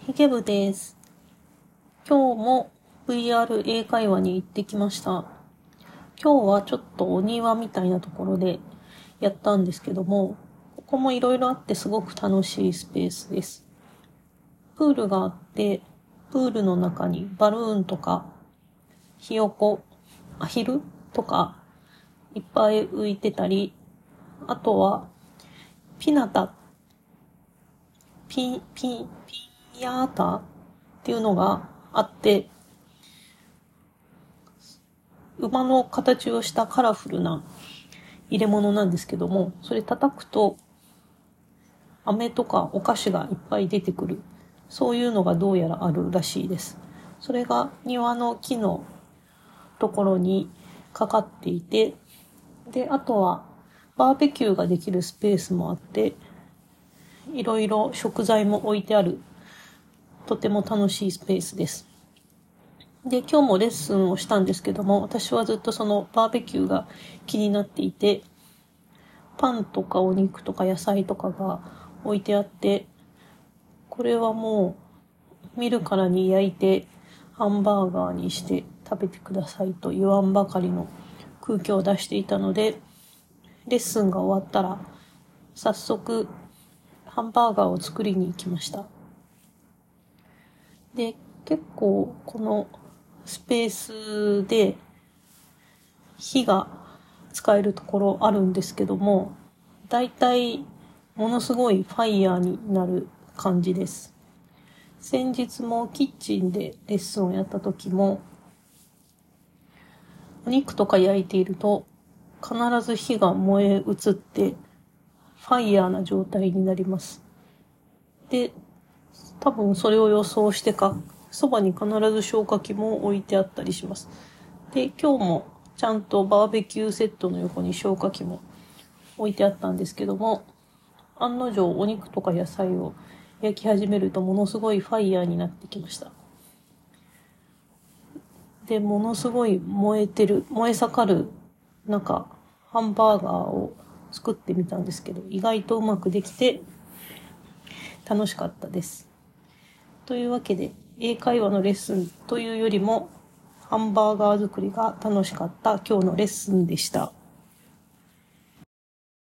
ヒゲ部です。今日も VR 英会話に行ってきました。今日はちょっとお庭みたいなところでやったんですけども、ここもいろいろあってすごく楽しいスペースです。プールがあって、プールの中にバルーンとか、ひよこ、アヒルとかいっぱい浮いてたり、あとはピナタ、ピヤータっていうのがあって、馬の形をしたカラフルな入れ物なんですけども、それ叩くと飴とかお菓子がいっぱい出てくる。そういうのがどうやらあるらしいです。それが庭の木のところにかかっていて、で、あとはバーベキューができるスペースもあって、いろいろ食材も置いてある、とても楽しいスペースです。で、今日もレッスンをしたんですけども、私はずっとそのバーベキューが気になっていて、パンとかお肉とか野菜とかが置いてあって、これはもう見るからに焼いてハンバーガーにして食べてくださいと言わんばかりの空気を出していたので、レッスンが終わったら早速ハンバーガーを作りに行きました。で、結構このスペースで火が使えるところあるんですけども、だいたいものすごいファイヤーになる感じです。先日もキッチンでレッスンをやった時も、お肉とか焼いていると必ず火が燃え移ってファイヤーな状態になります。で、多分それを予想してか、そばに必ず消火器も置いてあったりします。で、今日もちゃんとバーベキューセットの横に消火器も置いてあったんですけども、案の定お肉とか野菜を焼き始めるとものすごいファイヤーになってきました。で、ものすごい燃え盛る、ハンバーガーを作ってみたんですけど、意外とうまくできて楽しかったです。というわけで、英会話のレッスンというよりも、ハンバーガー作りが楽しかった今日のレッスンでした。